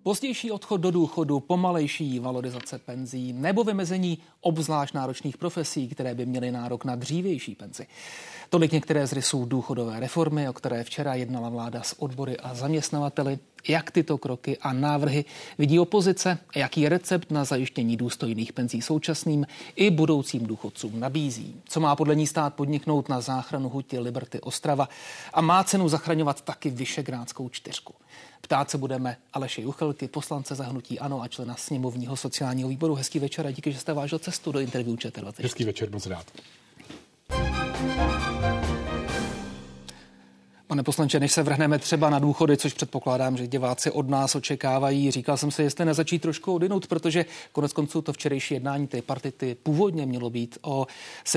Pozdější odchod do důchodu, pomalejší valorizace penzí nebo vymezení obzvlášť náročných profesí, které by měly nárok na dřívější penzi. Tolik některé z rysů důchodové reformy, o které včera jednala vláda s odbory a zaměstnavateli. Jak tyto kroky a návrhy vidí opozice, jaký recept na zajištění důstojných penzí současným i budoucím důchodcům nabízí. Co má podle ní stát podniknout na záchranu hutě Liberty Ostrava a má cenu zachraňovat taky Visegrádskou čtyřku. Ptát se budeme Aleše Juchelky, poslance za hnutí ANO a člena sněmovního sociálního výboru. Hezký večer a díky, že jste vážil cestu do interview ČT24. Hezký večer, moc rád. Pane poslanče, než se vrhneme třeba na důchody, což předpokládám, že diváci od nás očekávají, říkal jsem si, jestli nezačít trošku odinout, protože konec konců to včerejší jednání té partity původně mělo být o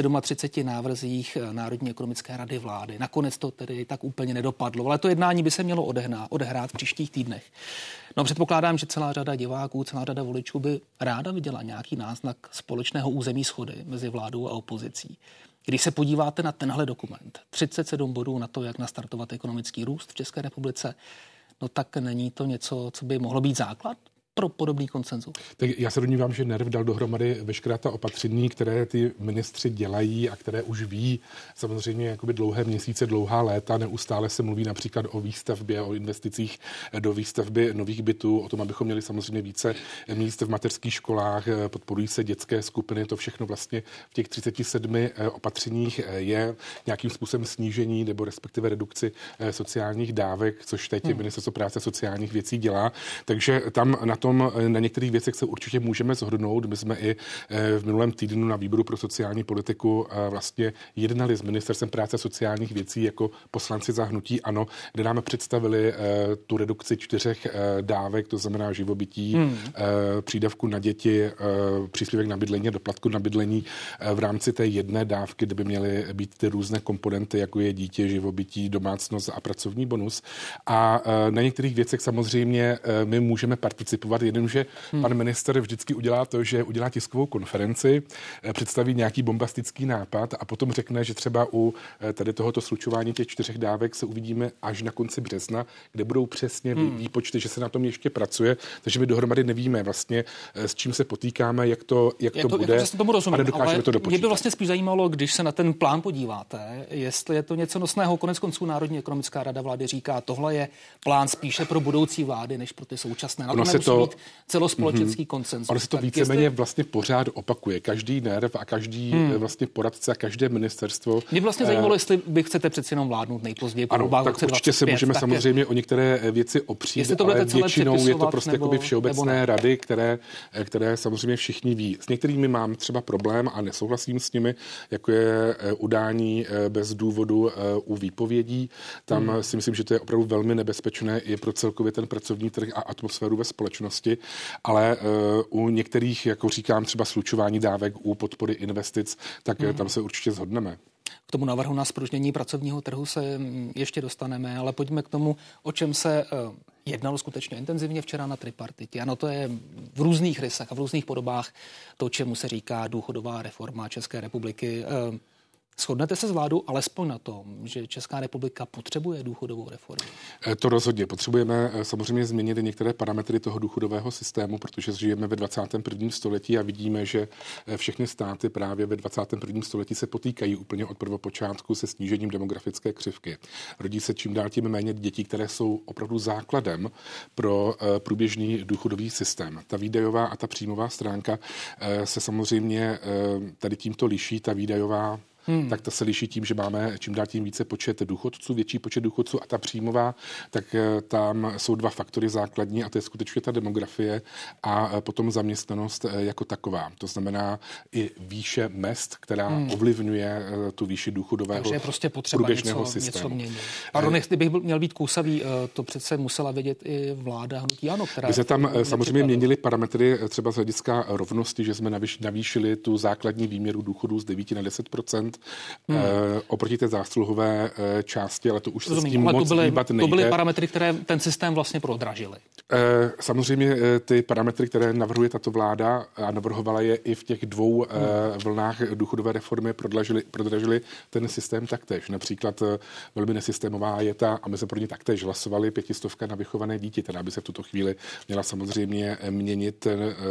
37 návrzích Národní ekonomické rady vlády. Nakonec to tedy tak úplně nedopadlo, ale to jednání by se mělo odehrát v příštích týdnech. No, předpokládám, že celá řada diváků, celá řada voličů by ráda viděla nějaký náznak společného území shody mezi vládou a opozicí. Když se podíváte na tenhle dokument, 37 bodů na to, jak nastartovat ekonomický růst v České republice, no tak není to něco, co by mohlo být základ pro podobný konsenzus? Tak já se domnívám, že NERV dal dohromady veškerá ta opatření, které ty ministři dělají a které už ví samozřejmě jakoby dlouhé měsíce, dlouhá léta. Neustále se mluví například o výstavbě, o investicích do výstavby nových bytů, o tom, abychom měli samozřejmě více míst v mateřských školách, podporují se dětské skupiny, to všechno vlastně v těch 37 opatřeních je nějakým způsobem snížení nebo respektive redukci sociálních dávek, což teď Ministerstvo práce a sociálních věcí dělá. Takže tam na některých věcech se určitě můžeme shodnout. My jsme i v minulém týdnu na výboru pro sociální politiku vlastně jednali s Ministerstvem práce a sociálních věcí jako poslanci za hnutí ANO, kde nám představili tu redukci 4 dávek, to znamená živobytí, přídavku na děti, příspěvek na bydlení, doplatku na bydlení v rámci té jedné dávky, kde by měly být ty různé komponenty, jako je dítě, živobytí, domácnost a pracovní bonus. A na některých věcech samozřejmě my můžeme participovat, jenomže pan minister vždycky udělá to, že udělá tiskovou konferenci, představí nějaký bombastický nápad a potom řekne, že třeba u tady tohoto slučování těch 4 dávek se uvidíme až na konci března, kde budou přesně výpočty, že se na tom ještě pracuje, takže my dohromady nevíme vlastně, s čím se potýkáme, jak to bude, jako tomu rozumím, a nedokážeme to dopočítat. Mě by vlastně spíš zajímalo, když se na ten plán podíváte, jestli je to něco nosného. Konec konců Národní ekonomická rada vlády říká, tohle je plán spíše pro budoucí vlády, než pro ty současné. Na to mít celospolečenský konsenzus. Ale se to víceméně vlastně pořád opakuje. Každý NERV a každý vlastně poradce a každé ministerstvo. Mě vlastně zajímalo, jestli vy chcete přeci jenom vládnout nejpozději po volbách. Tak určitě se můžeme samozřejmě o některé věci opřít, ale většinou je to prostě jakoby všeobecné rady, které samozřejmě všichni ví. S některými mám třeba problém a nesouhlasím s nimi, jako je udání bez důvodu u výpovědí. Tam si myslím, že to je opravdu velmi nebezpečné i pro celkově ten pracovní trh a atmosféru ve společnosti, ale u některých, jako říkám, třeba slučování dávek u podpory investic, tak tam se určitě shodneme. K tomu návrhu na zpružnění pracovního trhu se ještě dostaneme, ale pojďme k tomu, o čem se jednalo skutečně intenzivně včera na tripartitě. Ano, to je v různých rysech a v různých podobách to, čemu se říká důchodová reforma České republiky. Shodnete se s vládou alespoň na tom, že Česká republika potřebuje důchodovou reformu? To rozhodně. Potřebujeme samozřejmě změnit některé parametry toho důchodového systému, protože žijeme ve 21. století a vidíme, že všechny státy právě ve 21. století se potýkají úplně od prvopočátku se snížením demografické křivky. Rodí se čím dál tím méně dětí, které jsou opravdu základem pro průběžný důchodový systém. Ta výdajová a ta příjmová stránka se samozřejmě tady tímto liší. Ta výdajová tak ta se liší tím, že máme čím dál tím více počet důchodců, větší počet důchodců a ta příjmová, tak tam jsou 2 faktory základní a to je skutečně ta demografie a potom zaměstnanost jako taková. To znamená i výše mezd, která ovlivňuje tu výši důchodového takže je prostě potřeba průběžného systému. Něco měnit. Pardon, jestli bych měl být kousavý, to přece musela vědět i vláda hnutí ANO, která... My se tam samozřejmě měnili parametry třeba z hlediska rovnosti, že jsme navýšili tu základní výměru důchodů z 9 na 10%. oproti té zásluhové části, ale to už se Rozumím, s tím moc hýbat nejde. To byly parametry, které ten systém vlastně prodražily. Samozřejmě ty parametry, které navrhuje tato vláda a navrhovala je i v těch dvou vlnách důchodové reformy, prodražili ten systém taktéž. Například velmi nesystémová je ta, a my jsme pro ně taktéž hlasovali, 500 na vychované dítě, která by se v tuto chvíli měla samozřejmě měnit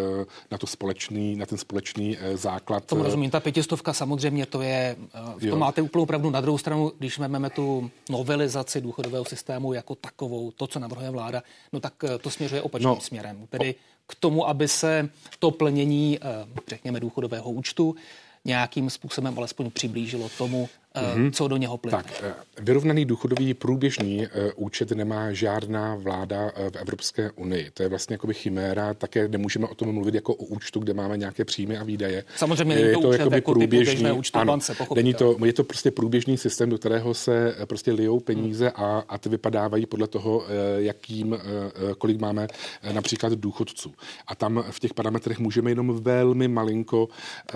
na ten společný základ. Tomu rozumím, ta 500 samozřejmě to je, v tom máte úplnou pravdu. Na druhou stranu, když vezmeme tu novelizaci důchodového systému jako takovou, to, co navrhuje vláda, no tak to směřuje opačným směrem. Tedy k tomu, aby se to plnění, řekněme, důchodového účtu nějakým způsobem alespoň přiblížilo tomu, co do něho plyne. Tak, vyrovnaný důchodový průběžný účet nemá žádná vláda v Evropské unii. To je vlastně jakoby chiméra, také nemůžeme o tom mluvit jako o účtu, kde máme nějaké příjmy a výdaje. Samozřejmě není to účet jako průběžný účtu bance, je to prostě průběžný systém, do kterého se prostě lijou peníze a ty vypadávají podle toho, kolik máme například důchodců. A tam v těch parametrech můžeme jenom velmi malinko,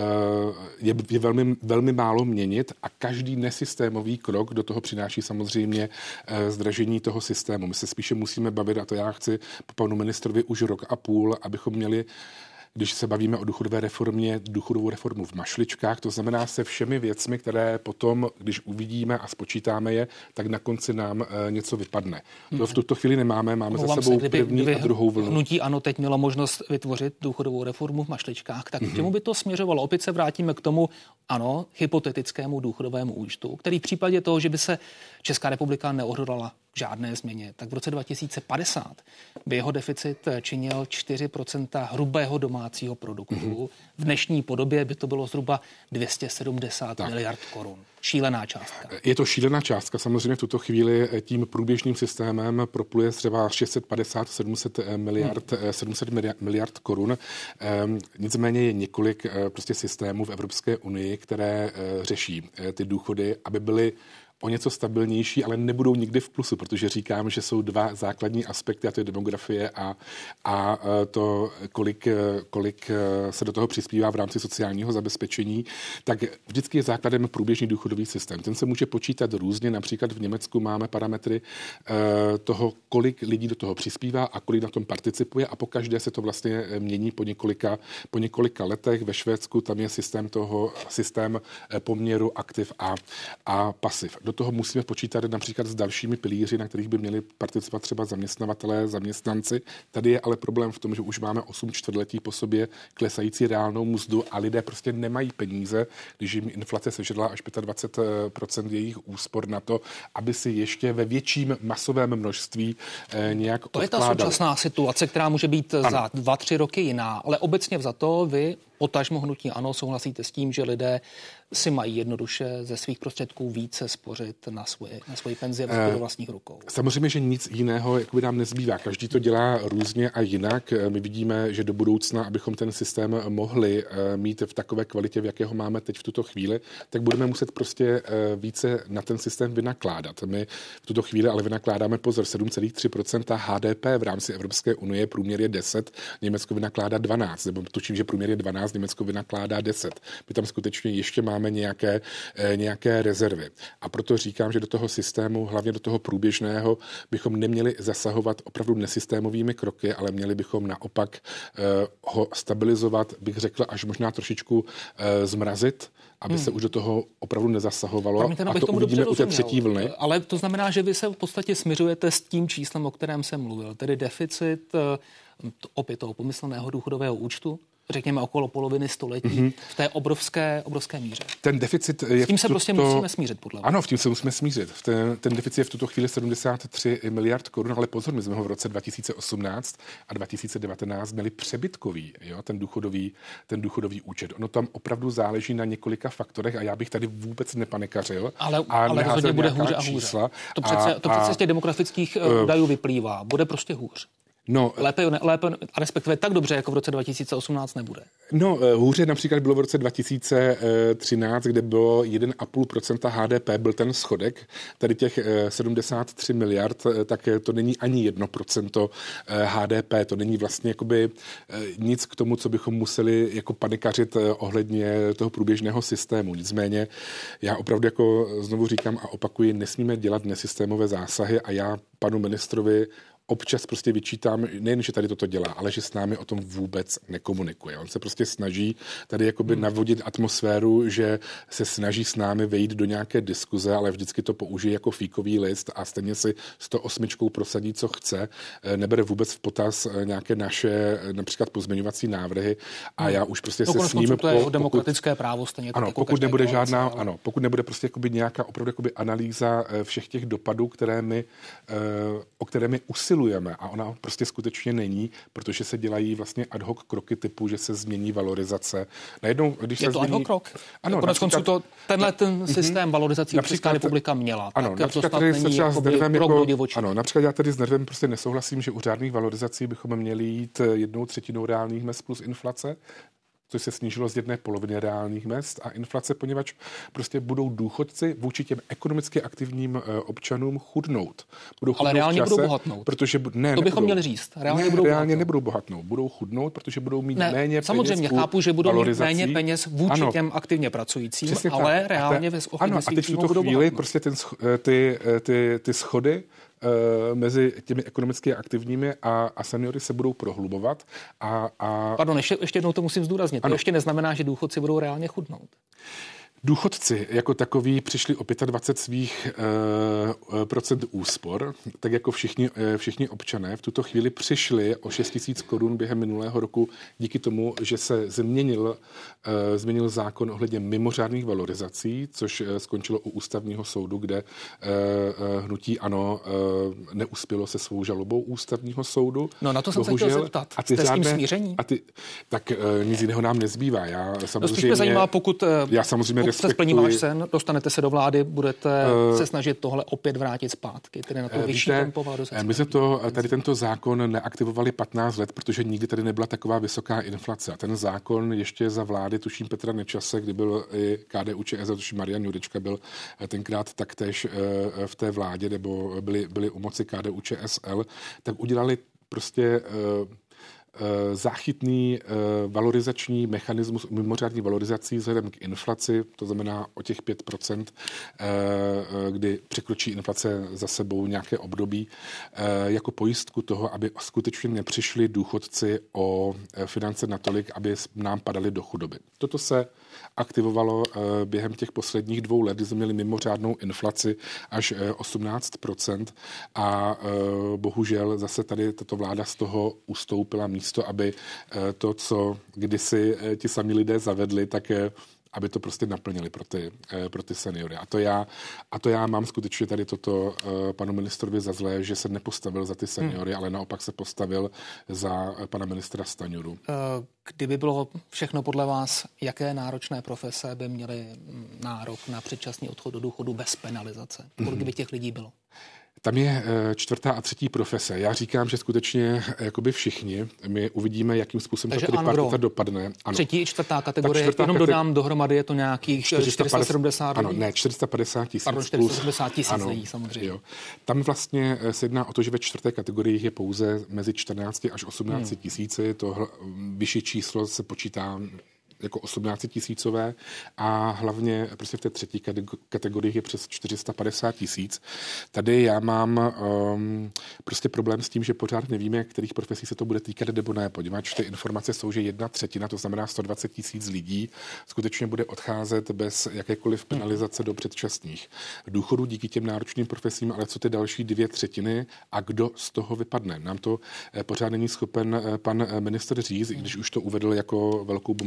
je velmi, velmi málo měnit a každý nesystémový krok do toho přináší samozřejmě zdražení toho systému. My se spíše musíme bavit, a to já chci po panu ministrovi už rok a půl, abychom měli, když se bavíme o důchodové reformě, důchodovou reformu v mašličkách, to znamená se všemi věcmi, které potom, když uvidíme a spočítáme je, tak na konci nám něco vypadne. To v tuto chvíli nemáme, máme za sebou první a druhou vlnu. Hnutí ANO teď mělo možnost vytvořit důchodovou reformu v mašličkách, tak k čemu by to směřovalo? Opět se vrátíme k tomu, ano, hypotetickému důchodovému účtu, který v případě toho, že by se Česká republika neodhodlala žádné změně, tak v roce 2050 by jeho deficit činil 4% hrubého domácího produktu. V dnešní podobě by to bylo zhruba 270 miliard korun. Šílená částka. Je to šílená částka. Samozřejmě v tuto chvíli tím průběžným systémem propluje třeba 650-700 miliard korun. Nicméně je několik prostě systémů v Evropské unii, které řeší ty důchody, aby byly o něco stabilnější, ale nebudou nikdy v plusu, protože říkám, že jsou dva základní aspekty, a to je demografie a to, kolik se do toho přispívá v rámci sociálního zabezpečení, tak vždycky je základem průběžný důchodový systém. Ten se může počítat různě, například v Německu máme parametry toho, kolik lidí do toho přispívá a kolik na tom participuje a pokaždé se to vlastně mění po několika letech. Ve Švédsku tam je systém poměru aktiv a pasiv. Do toho musíme počítat například s dalšími pilíři, na kterých by měli participovat třeba zaměstnavatelé, zaměstnanci. Tady je ale problém v tom, že už máme 8 čtvrtletí po sobě klesající reálnou mzdu a lidé prostě nemají peníze, když jim inflace sežrala až 25% jejich úspor na to, aby si ještě ve větším masovém množství nějak odkládali. To je ta současná situace, která může být za 2-3 roky jiná, ale obecně vzato vy potažmo hnutí ANO souhlasíte s tím, že lidé si mají jednoduše ze svých prostředků více spořit na svoji penzi do vlastních rukou. Samozřejmě, že nic jiného jakoby nám nezbývá. Každý to dělá různě a jinak. My vidíme, že do budoucna, abychom ten systém mohli mít v takové kvalitě, v jakého máme teď v tuto chvíli, tak budeme muset prostě více na ten systém vynakládat. My v tuto chvíli ale vynakládáme 7,3% HDP v rámci Evropské unie, průměr je 10, Německo vynakládá 12, nebo tuším, že průměr je 12, Německo vynakládá 10. My tam skutečně ještě máme nějaké rezervy. A proto říkám, že do toho systému, hlavně do toho průběžného, bychom neměli zasahovat opravdu nesystémovými kroky, ale měli bychom naopak ho stabilizovat, bych řekl, až možná trošičku zmrazit, aby se už do toho opravdu nezasahovalo. Promiňte, a to uvidíme u té třetí vlny. Ale to znamená, že vy se v podstatě směřujete s tím číslem, o kterém jsem mluvil, tedy deficit opět toho pomyslného důchodového účtu, řekněme okolo poloviny století, v té obrovské míře. Ten deficit je s tím se prostě musíme smířit, podle mě. Ano, v tím se musíme smířit. Ten deficit je v tuto chvíli 73 miliard korun, ale pozor, my jsme ho v roce 2018 a 2019 měli přebytkový, ten důchodový účet. Ono tam opravdu záleží na několika faktorech a já bych tady vůbec nepanikařil. Ale rozhodně bude hůře a hůře. To přece z těch demografických údajů vyplývá. Bude prostě hůř. No, lépe a respektive tak dobře, jako v roce 2018 nebude. No, hůře například bylo v roce 2013, kde bylo 1,5% HDP, byl ten schodek. Tady těch 73 miliard, tak to není ani 1% HDP. To není vlastně jakoby nic k tomu, co bychom museli jako panikařit ohledně toho průběžného systému. Nicméně já opravdu jako znovu říkám a opakuji, nesmíme dělat nesystémové zásahy a já panu ministrovi občas prostě vyčítám, nejen, že tady toto dělá, ale že s námi o tom vůbec nekomunikuje. On se prostě snaží tady jakoby navodit atmosféru, že se snaží s námi vejít do nějaké diskuze, ale vždycky to použije jako fíkový list a stejně si 108 prosadí, co chce. Nebere vůbec v potaz nějaké naše například pozměňovací návrhy a já už prostě se s ním... To je demokratické právo stejně. Ano, pokud nebude žádná, ano, pokud nebude prostě jakoby nějaká opravdu jakoby analýza všech těch dopadů, o které my usilujeme, a ona prostě skutečně není, protože se dělají vlastně ad hoc kroky typu, že se změní valorizace. Najednou, když je se to ad hoc krok? Ano, konec konců to tenhle systém valorizací Česká republika měla. Ano, například tady se třeba s Nervem například já tady s Nervem prostě nesouhlasím, že u řádných valorizací bychom měli jít 1/3 reálných mezd plus inflace, což se snížilo z 1/2 reálných mezd a inflace, poněvadž prostě budou důchodci vůči těm ekonomicky aktivním občanům chudnout. Ale reálně budou bohatnout. Protože bychom měli říct. Reálně nebudou bohatnout. Budou chudnout, protože budou mít méně peněz. Samozřejmě chápu, že budou mít méně peněz vůči těm aktivně pracujícím, ale reálně ve Ano, a teď v tuto chvíli prostě ty schody mezi těmi ekonomicky aktivními a seniory se budou prohlubovat. Pardon, ještě jednou to musím zdůraznit. To ještě neznamená, že důchodci budou reálně chudnout. Důchodci jako takový přišli o 25 svých procent úspor, tak jako všichni občané v tuto chvíli přišli o 6 000 korun během minulého roku díky tomu, že se změnil zákon ohledně mimořádných valorizací, což skončilo u ústavního soudu, kde hnutí ANO neuspělo se svou žalobou ústavního soudu. No na to jsem se chtěl zeptat. Jste s tím smíření? Tak nic jiného nám nezbývá. Spíš mě zajímá, pokud se splní váš sen, dostanete se do vlády, budete se snažit tohle opět vrátit zpátky, tedy na to vyšší tempo valorizace. My jsme tady tento zákon neaktivovali 15 let, protože nikdy tady nebyla taková vysoká inflace. A ten zákon ještě za vlády, tuším Petra Nečase, kdy byl i KDU-ČSL, tuším Marian Jurečka byl tenkrát taktéž v té vládě, nebo byli u moci KDU-ČSL, tak udělali prostě záchytný valorizační mechanismus mimořádní valorizací vzhledem k inflaci, to znamená o těch 5%, kdy překročí inflace za sebou nějaké období, jako pojistku toho, aby skutečně nepřišli důchodci o finance natolik, aby nám padali do chudoby. Toto se aktivovalo během těch posledních 2 let, kdy jsme měli mimořádnou inflaci až 18% a bohužel zase tady tato vláda z toho ustoupila místo, aby to, co kdysi ti sami lidé zavedli, tak aby to prostě naplnili pro ty seniory. A to já mám skutečně tady toto panu ministrovi za zlé, že se nepostavil za ty seniory, ale naopak se postavil za pana ministra Stanjuru. Kdyby bylo všechno podle vás, jaké náročné profese by měly nárok na předčasný odchod do důchodu bez penalizace? Kolik by těch lidí bylo? Tam je 4. a 3. profese. Já říkám, že skutečně jakoby všichni, my uvidíme, jakým způsobem ta parta dopadne. Ano. 3. i 4. kategorie, jenom dodám dohromady, je to nějakých 470 lidí. Ano, ne, 450 000. Pardon, 470 000 lidí, samozřejmě. Jo. Tam vlastně se jedná o to, že ve 4. kategorii je pouze mezi 14 až 18 tisíci. To vyšší číslo se počítá jako 18 000 a hlavně prostě v té 3. kategorii je přes 450 000. Tady já mám prostě problém s tím, že pořád nevíme, kterých profesí se to bude týkat nebo ne, poněvadž ty informace jsou, že 1/3, to znamená 120 000 lidí, skutečně bude odcházet bez jakékoliv penalizace do předčasných důchodů díky těm náročným profesím, ale co ty další 2/3 a kdo z toho vypadne? Nám to pořád není schopen pan ministr říct, když už to uvedl jako velkou bombastickou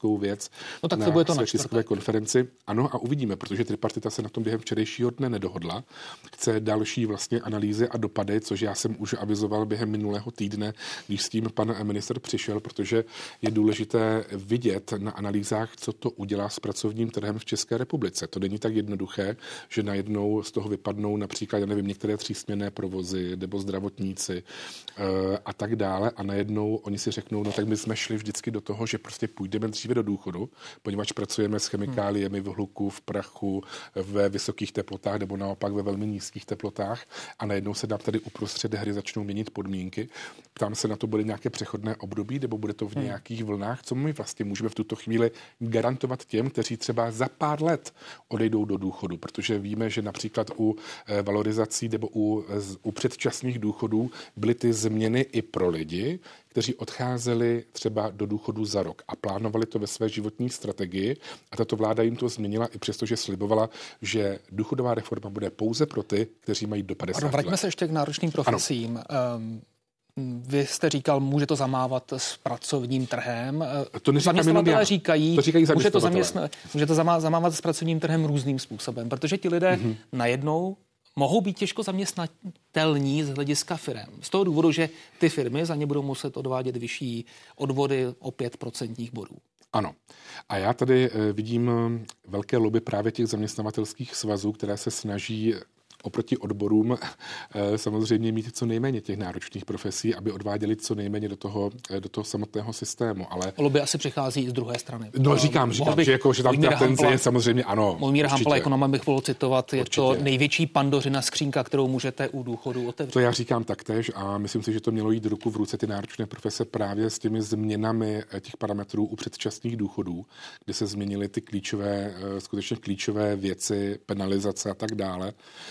politickou věc no, tak to na bude to své na tiskové konferenci. Ano, a uvidíme, protože tripartita se na tom během včerejšího dne nedohodla. Chce další vlastně analýzy a dopady, což já jsem už avizoval během minulého týdne, když s tím pan ministr přišel, protože je důležité vidět na analýzách, co to udělá s pracovním trhem v České republice. To není tak jednoduché, že najednou z toho vypadnou například, já nevím, některé třísměnné provozy nebo zdravotníci a tak dále a najednou oni si řeknou, no tak my jsme šli vždycky do toho, že prostě půjdeme dříve do důchodu, poněvadž pracujeme s chemikáliemi v hluku, v prachu, ve vysokých teplotách nebo naopak ve velmi nízkých teplotách a najednou se nám tady uprostřed hry začnou měnit podmínky. Ptám se na to, bude nějaké přechodné období nebo bude to v nějakých vlnách, co my vlastně můžeme v tuto chvíli garantovat těm, kteří třeba za pár let odejdou do důchodu, protože víme, že například u valorizací nebo u předčasných důchodů byly ty změny i pro lidi, kteří odcházeli třeba do důchodu za rok a plánovali to ve své životní strategii a tato vláda jim to změnila i přesto, že slibovala, že důchodová reforma bude pouze pro ty, kteří mají do 50 let. Vraťme se ještě k náročným profesím. Vy jste říkal, může to zamávat s pracovním trhem. Zaměstnavatelé říkají, může to zamávat s pracovním trhem různým způsobem, protože ti lidé najednou mohou být těžko zaměstnatelní z hlediska firem. Z toho důvodu, že ty firmy za ně budou muset odvádět vyšší odvody o 5% bodů. Ano. A já tady vidím velké lobby právě těch zaměstnavatelských svazů, které se snaží oproti odborům samozřejmě mít co nejméně těch náročných profesí, aby odváděli co nejméně do toho samotného systému. Ale lobby asi přichází z druhé strany. No říkám, že tam ta tenze je samozřejmě ano. Mojmír Hampl, ekonoma, bych mohl citovat, je to největší pandořina skřínka, kterou můžete u důchodu otevřít. To já říkám taktéž a myslím si, že to mělo jít ruku v ruce ty náročné profese právě s těmi změnami těch parametrů u předčasných důchodů, kde se změnily ty skutečně klíčové věci, penalizace a tak dále.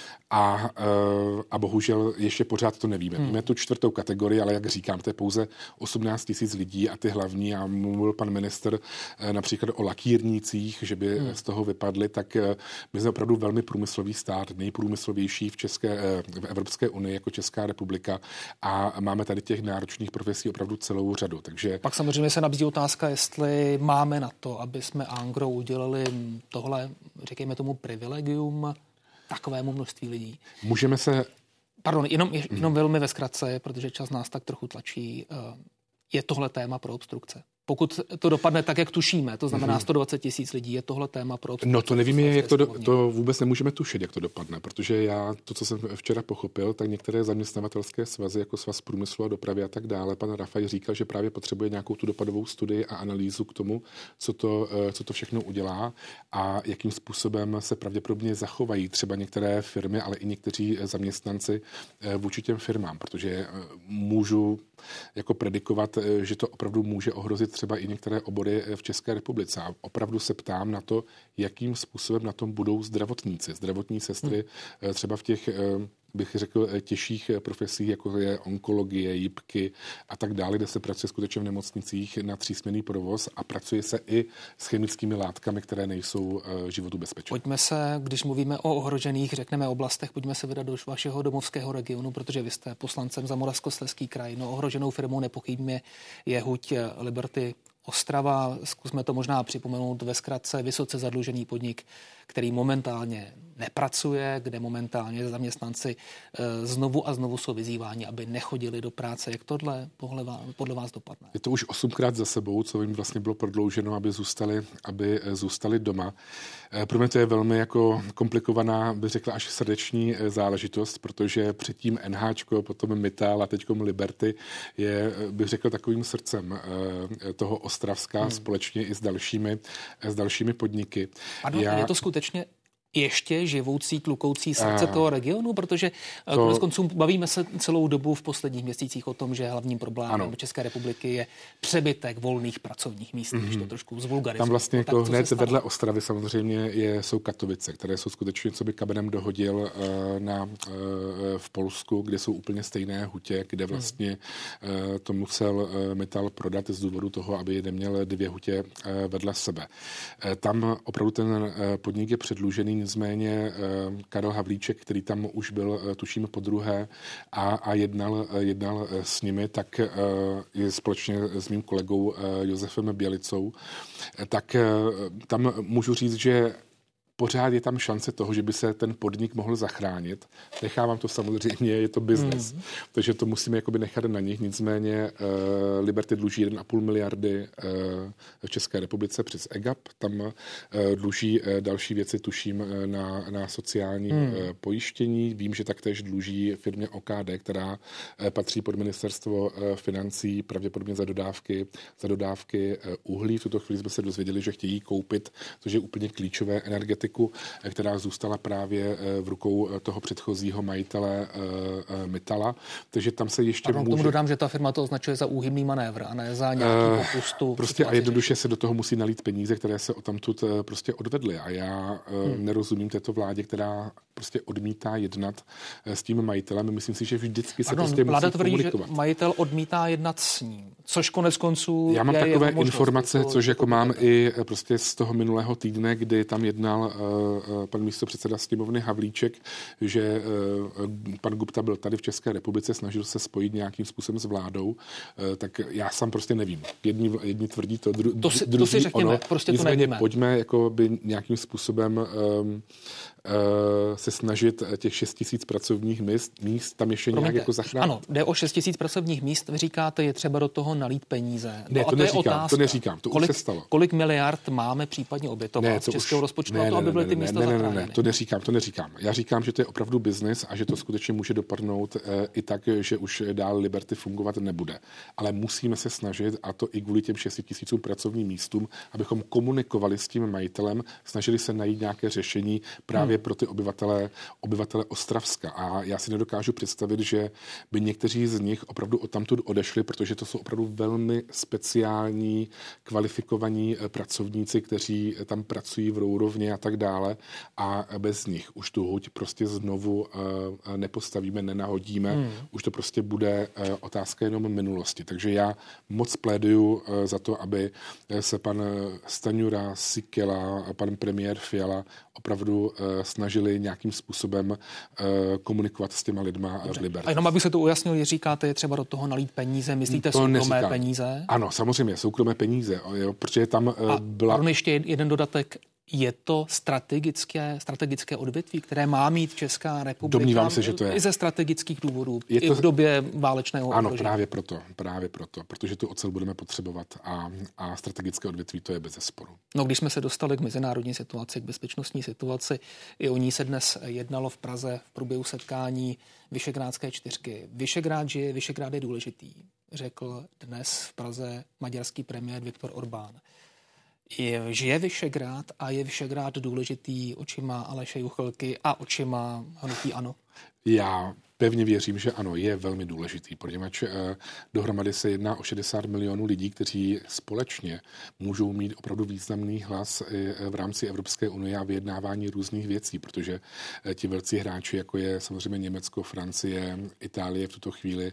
A bohužel ještě pořád to nevíme. Víme tu čtvrtou kategorii, ale jak říkám, to je pouze 18 000 lidí a ty hlavní, a mluvil pan ministr například o lakírnících, že by z toho vypadly, tak my jsme opravdu velmi průmyslový stát, nejprůmyslovější v Evropské unii jako Česká republika a máme tady těch náročných profesí opravdu celou řadu. Takže pak samozřejmě se nabízí otázka, jestli máme na to, aby jsme Angro udělali tohle, řekněme tomu, privilegium takovému množství lidí. Můžeme se... Pardon, jenom velmi ve zkratce, protože čas nás tak trochu tlačí. Je tohle téma pro obstrukce? Pokud to dopadne tak, jak tušíme, to znamená 120 000 lidí, je tohle téma pro obstrukce? No to nevíme, jak to vůbec nemůžeme tušit, jak to dopadne, protože to, co jsem včera pochopil, tak některé zaměstnavatelské svazy, jako Svaz průmyslu a dopravy a tak dále, pan Rafaj říkal, že právě potřebuje nějakou tu dopadovou studii a analýzu k tomu, co to všechno udělá a jakým způsobem se pravděpodobně zachovají třeba některé firmy, ale i někteří zaměstnanci vůči těm firmám, protože můžu jako predikovat, že to opravdu může ohrozit třeba i některé obory v České republice. A opravdu se ptám na to, jakým způsobem na tom budou zdravotní sestry, třeba v těch, bych řekl, těžších profesích, jako je onkologie, jipky a tak dále, kde se pracuje skutečně v nemocnicích na třísměnný provoz a pracuje se i s chemickými látkami, které nejsou životu bezpečné. Pojďme se, když mluvíme o ohrožených, řekneme oblastech, pojďme se vydat do vašeho domovského regionu, protože vy jste poslancem za Moravskoslezský kraj. No, ohroženou firmou nepochybně je huť Liberty Ostrava. Zkusme to možná připomenout ve zkratce. Vysoce zadlužený podnik, který momentálně nepracuje, kde momentálně zaměstnanci znovu a znovu jsou vyzýváni, aby nechodili do práce. Jak tohle podle vás dopadne? Je to už 8krát za sebou, co jim vlastně bylo prodlouženo, aby zůstali doma. Pro mě to je velmi jako komplikovaná, bych řekla až srdeční záležitost, protože předtím NHčko, potom Mittal a teďkom Liberty je, bych řekl, takovým srdcem toho Ostravska společně i s dalšími podniky. Pardon, je to skutečně ještě živoucí, tlukoucí srdce toho regionu, protože koneckonců bavíme se celou dobu v posledních měsících o tom, že hlavním problémem České republiky je přebytek volných pracovních míst, když to trošku zvulgarizuje. Tam vlastně jako hned vedle Ostravy samozřejmě jsou Katovice, které jsou skutečně, co by kabenem dohodil v Polsku, kde jsou úplně stejné hutě, kde vlastně to musel Mittal prodat z důvodu toho, aby neměl 2 hutě vedle sebe. Tam opravdu ten podnik je předlužený, nicméně Karel Havlíček, který tam už byl, tuším, podruhé a jednal s nimi, tak je společně s mým kolegou Josefem Bělicou, tak tam můžu říct, že pořád je tam šance toho, že by se ten podnik mohl zachránit. Nechávám to samozřejmě, je to biznes, takže to musíme jakoby nechat na nich. Nicméně Liberty dluží 1,5 miliardy v České republice přes EGAP. Tam dluží další věci, tuším, na sociální pojištění. Vím, že taktéž dluží firmě OKD, která patří pod ministerstvo financí, pravděpodobně za dodávky uhlí. V tuto chvíli jsme se dozvěděli, že chtějí koupit, což je úplně klíčové, energetiku, která zůstala právě v rukou toho předchozího majitele Mittala. Takže tam se ještě může... Tomu dodám, že ta firma to označuje za úhybný manévr a ne za nějaký popustu. Prostě a jednoduše se do toho musí nalít peníze, které se odtamtud prostě odvedly. A já nerozumím této vládě, která prostě odmítá jednat s tím majitelem. Myslím si, že vždycky se prostě vláda musí tvrdí, komunikovat. Že majitel odmítá jednat s ním, což konec konců já mám je takové možnost, informace, což jako mám i prostě z toho minulého týdne, kdy tam jednal pan místopředseda sněmovny Havlíček, že pan Gupta byl tady v České republice, snažil se spojit nějakým způsobem s vládou, tak já sám prostě nevím. Jedni tvrdí to, to si řekněme, ono. Prostě to nevíme. Pojďme jako by nějakým způsobem se snažit těch 6 000 pracovních míst tam ještě nějak jako zachránit. Ano, jde o 6 000 pracovních míst. Vy říkáte, je třeba do toho nalít peníze. Ne, to neříkám, to už se stalo. Kolik miliard máme případně obětovat z českého rozpočtu na to, aby byly ty místa zachráněny? Ne, to neříkám. Já říkám, že to je opravdu biznis a že to skutečně může dopadnout i tak, že už dál Liberty fungovat nebude. Ale musíme se snažit, a to i kvůli těm 6 000 pracovním místům, abychom komunikovali s tím majitelem, snažili se najít nějaké řešení právě pro ty obyvatele Ostravska. A já si nedokážu představit, že by někteří z nich opravdu odtamtud odešli, protože to jsou opravdu velmi speciální, kvalifikovaní pracovníci, kteří tam pracují v rourovně a tak dále. A bez nich už tu huť prostě znovu nepostavíme, nenahodíme. Už to prostě bude otázka jenom minulosti. Takže já moc pléduju za to, aby se pan Stanjura, Síkela a pan premiér Fiala opravdu snažili nějakým způsobem komunikovat s těma lidma v Liberty. A jenom aby se to ujasnil, říkáte, je třeba do toho nalít peníze, myslíte soukromé peníze? Ano, samozřejmě, soukromé peníze, jo, protože tam byla... A ještě jeden dodatek. Je to strategické odvětví, které má mít Česká republika? Domnívám se, že to je. I ze strategických důvodů, i v době válečného ohrožení. Ano, právě proto, protože tu ocel budeme potřebovat a strategické odvětví to je bezesporu. No, když jsme se dostali k mezinárodní situaci, k bezpečnostní situaci, i o ní se dnes jednalo v Praze v průběhu setkání Visegrádské čtyřky. Visegrad žije, Visegrád je důležitý, řekl dnes v Praze maďarský premiér Viktor Orbán. Žije Visegrád a je Visegrád důležitý očima Aleše Juchelky a očima hnutí ANO? Já pevně věřím, že ano, je velmi důležitý, protože dohromady se jedná o 60 milionů lidí, kteří společně můžou mít opravdu významný hlas v rámci Evropské unie a vyjednávání různých věcí, protože ti velcí hráči, jako je samozřejmě Německo, Francie, Itálie v tuto chvíli,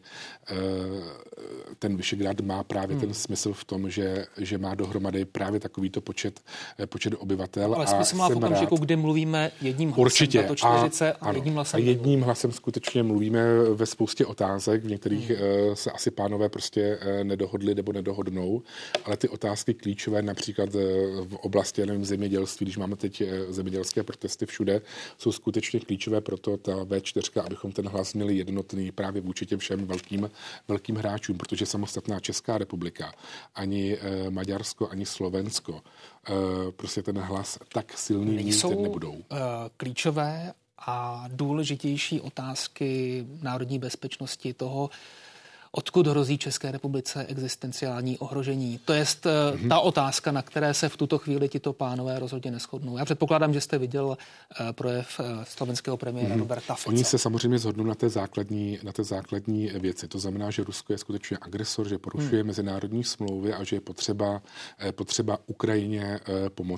ten Visegrád má právě ten smysl v tom, že má dohromady právě takovýto počet obyvatel. Ale smysl má v okamžiku, kdy mluvíme jedním hlasem. Určitě. A jedním hlasem. A jedním hlasem skutečně mluvíme ve spoustě otázek, v některých se asi pánové prostě nedohodli nebo nedohodnou, ale ty otázky klíčové například v oblasti zemědělství, když máme teď zemědělské protesty všude, jsou skutečně klíčové pro to ta V4, abychom ten hlas měli jednotný právě vůči těm všem velkým hráčům, protože samostatná Česká republika, ani Maďarsko, ani Slovensko prostě ten hlas tak silný mít nebudou. Klíčové a důležitější otázky národní bezpečnosti toho, odkud hrozí České republice existenciální ohrožení. To je ta otázka, na které se v tuto chvíli tito pánové rozhodně neshodnou. Já předpokládám, že jste viděl projev slovenského premiéra Roberta Fica. Oni se samozřejmě shodnou na té základní věci. To znamená, že Rusko je skutečně agresor, že porušuje mezinárodní smlouvy a že je potřeba Ukrajině pomoci.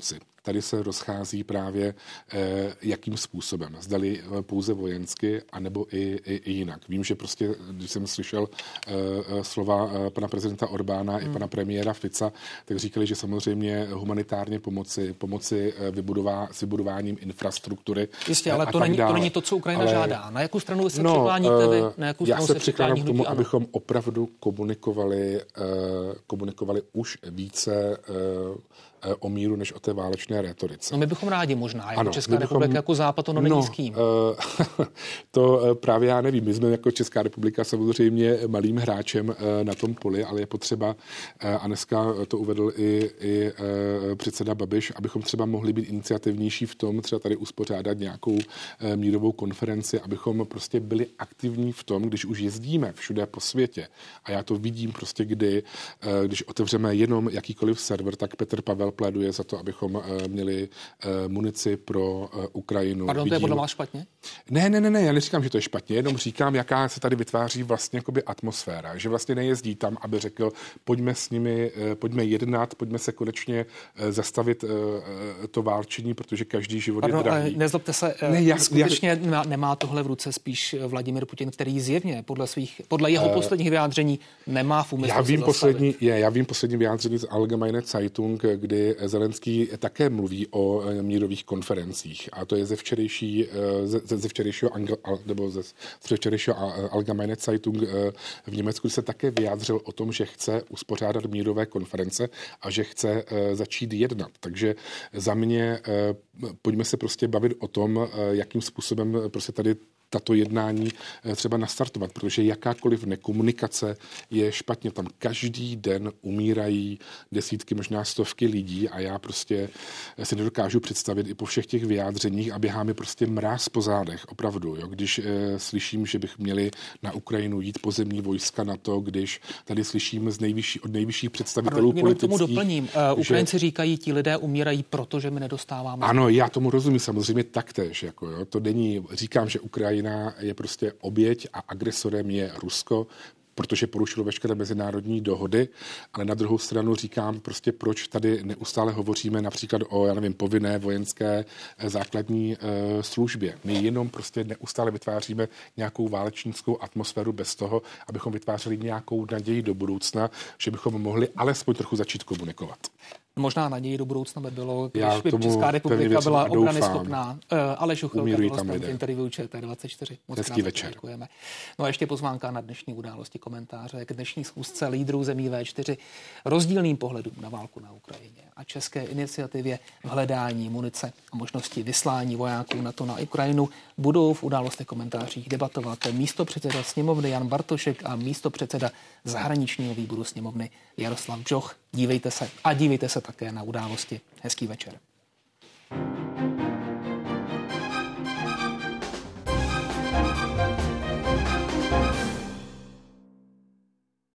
tady se rozchází právě jakým způsobem. Zdali pouze vojensky, anebo i jinak. Vím, že prostě, když jsem slyšel slova pana prezidenta Orbána i pana premiéra Fica, tak říkali, že samozřejmě humanitárně pomoci s vybudováním infrastruktury. Jistě, ale to není to, co Ukrajina žádá. Na jakou stranu se přikláníte vy? Na jakou stranu se přiklání k tomu, abychom opravdu komunikovali už více o míru, než o té válečné rétorice. No my bychom rádi možná, jako Česká republika, jako Západ, ono není s kým. To právě já nevím. My jsme jako Česká republika samozřejmě malým hráčem na tom poli, ale je potřeba, a dneska to uvedl i předseda Babiš, abychom třeba mohli být iniciativnější v tom, třeba tady uspořádat nějakou mírovou konferenci, abychom prostě byli aktivní v tom, když už jezdíme všude po světě. A já to vidím prostě, když otevřeme jenom jakýkoliv server, tak Petr Pavel pléduje za to, abychom měli munici pro Ukrajinu. Pardon, to je podle vás špatně? Ne, já neříkám, že to je špatně, jenom říkám, jaká se tady vytváří vlastně jakoby atmosféra, že vlastně nejezdí tam, aby řekl, pojďme s nimi, pojďme jednat, pojďme se konečně zastavit to válčení, protože každý život je drahý. Ale nezlobte se, skutečně nemá tohle v ruce spíš Vladimír Putin, který zjevně podle jeho posledních vyjádření nemá v úmyslu Já vím poslední vyjádření z Allgemeine Zeitung, kdy Zelenský také mluví o mírových konferencích a to je ze včerejšího Allgemeine Zeitung v Německu se také vyjádřil o tom, že chce uspořádat mírové konference a že chce začít jednat. Takže za mě pojďme se prostě bavit o tom, jakým způsobem prostě tady tato jednání třeba nastartovat, protože jakákoliv nekomunikace je špatně. Tam každý den umírají desítky, možná stovky lidí a já prostě si nedokážu představit i po všech těch vyjádřeních a běhá mi prostě mráz po zádech, opravdu. Jo? Když slyším, že bych měli na Ukrajinu jít pozemní vojska na to, když tady slyším od nejvyšších představitelů politických. Tomu doplním. Ukrajinci říkají, ti lidé umírají, protože my nedostáváme. Ano, já tomu rozumím samozřejmě taktéž. Jako, jo? To není, říkám, že Ukrajina je prostě oběť a agresorem je Rusko, protože porušilo veškeré mezinárodní dohody, ale na druhou stranu říkám prostě, proč tady neustále hovoříme například o, povinné vojenské základní službě. My jenom prostě neustále vytváříme nějakou válečnickou atmosféru bez toho, abychom vytvářeli nějakou naději do budoucna, že bychom mohli alespoň trochu začít komunikovat. Možná naději do budoucna by bylo, když by Česká republika byla obrany schopná. Aleš Juchelka v interview ČT24. Hezký večer. Děkujeme. No a ještě pozvánka na dnešní události, komentáře k dnešní schůzce lídrů zemí V4, rozdílným pohledům na válku na Ukrajině a české iniciativě v hledání munice a možnosti vyslání vojáků NATO na Ukrajinu budou v událostech komentářích debatovat místopředseda sněmovny Jan Bartošek a místopředseda zahraničního výboru sněmovny Jaroslav Bžoch. Dívejte se také na události. Hezký večer.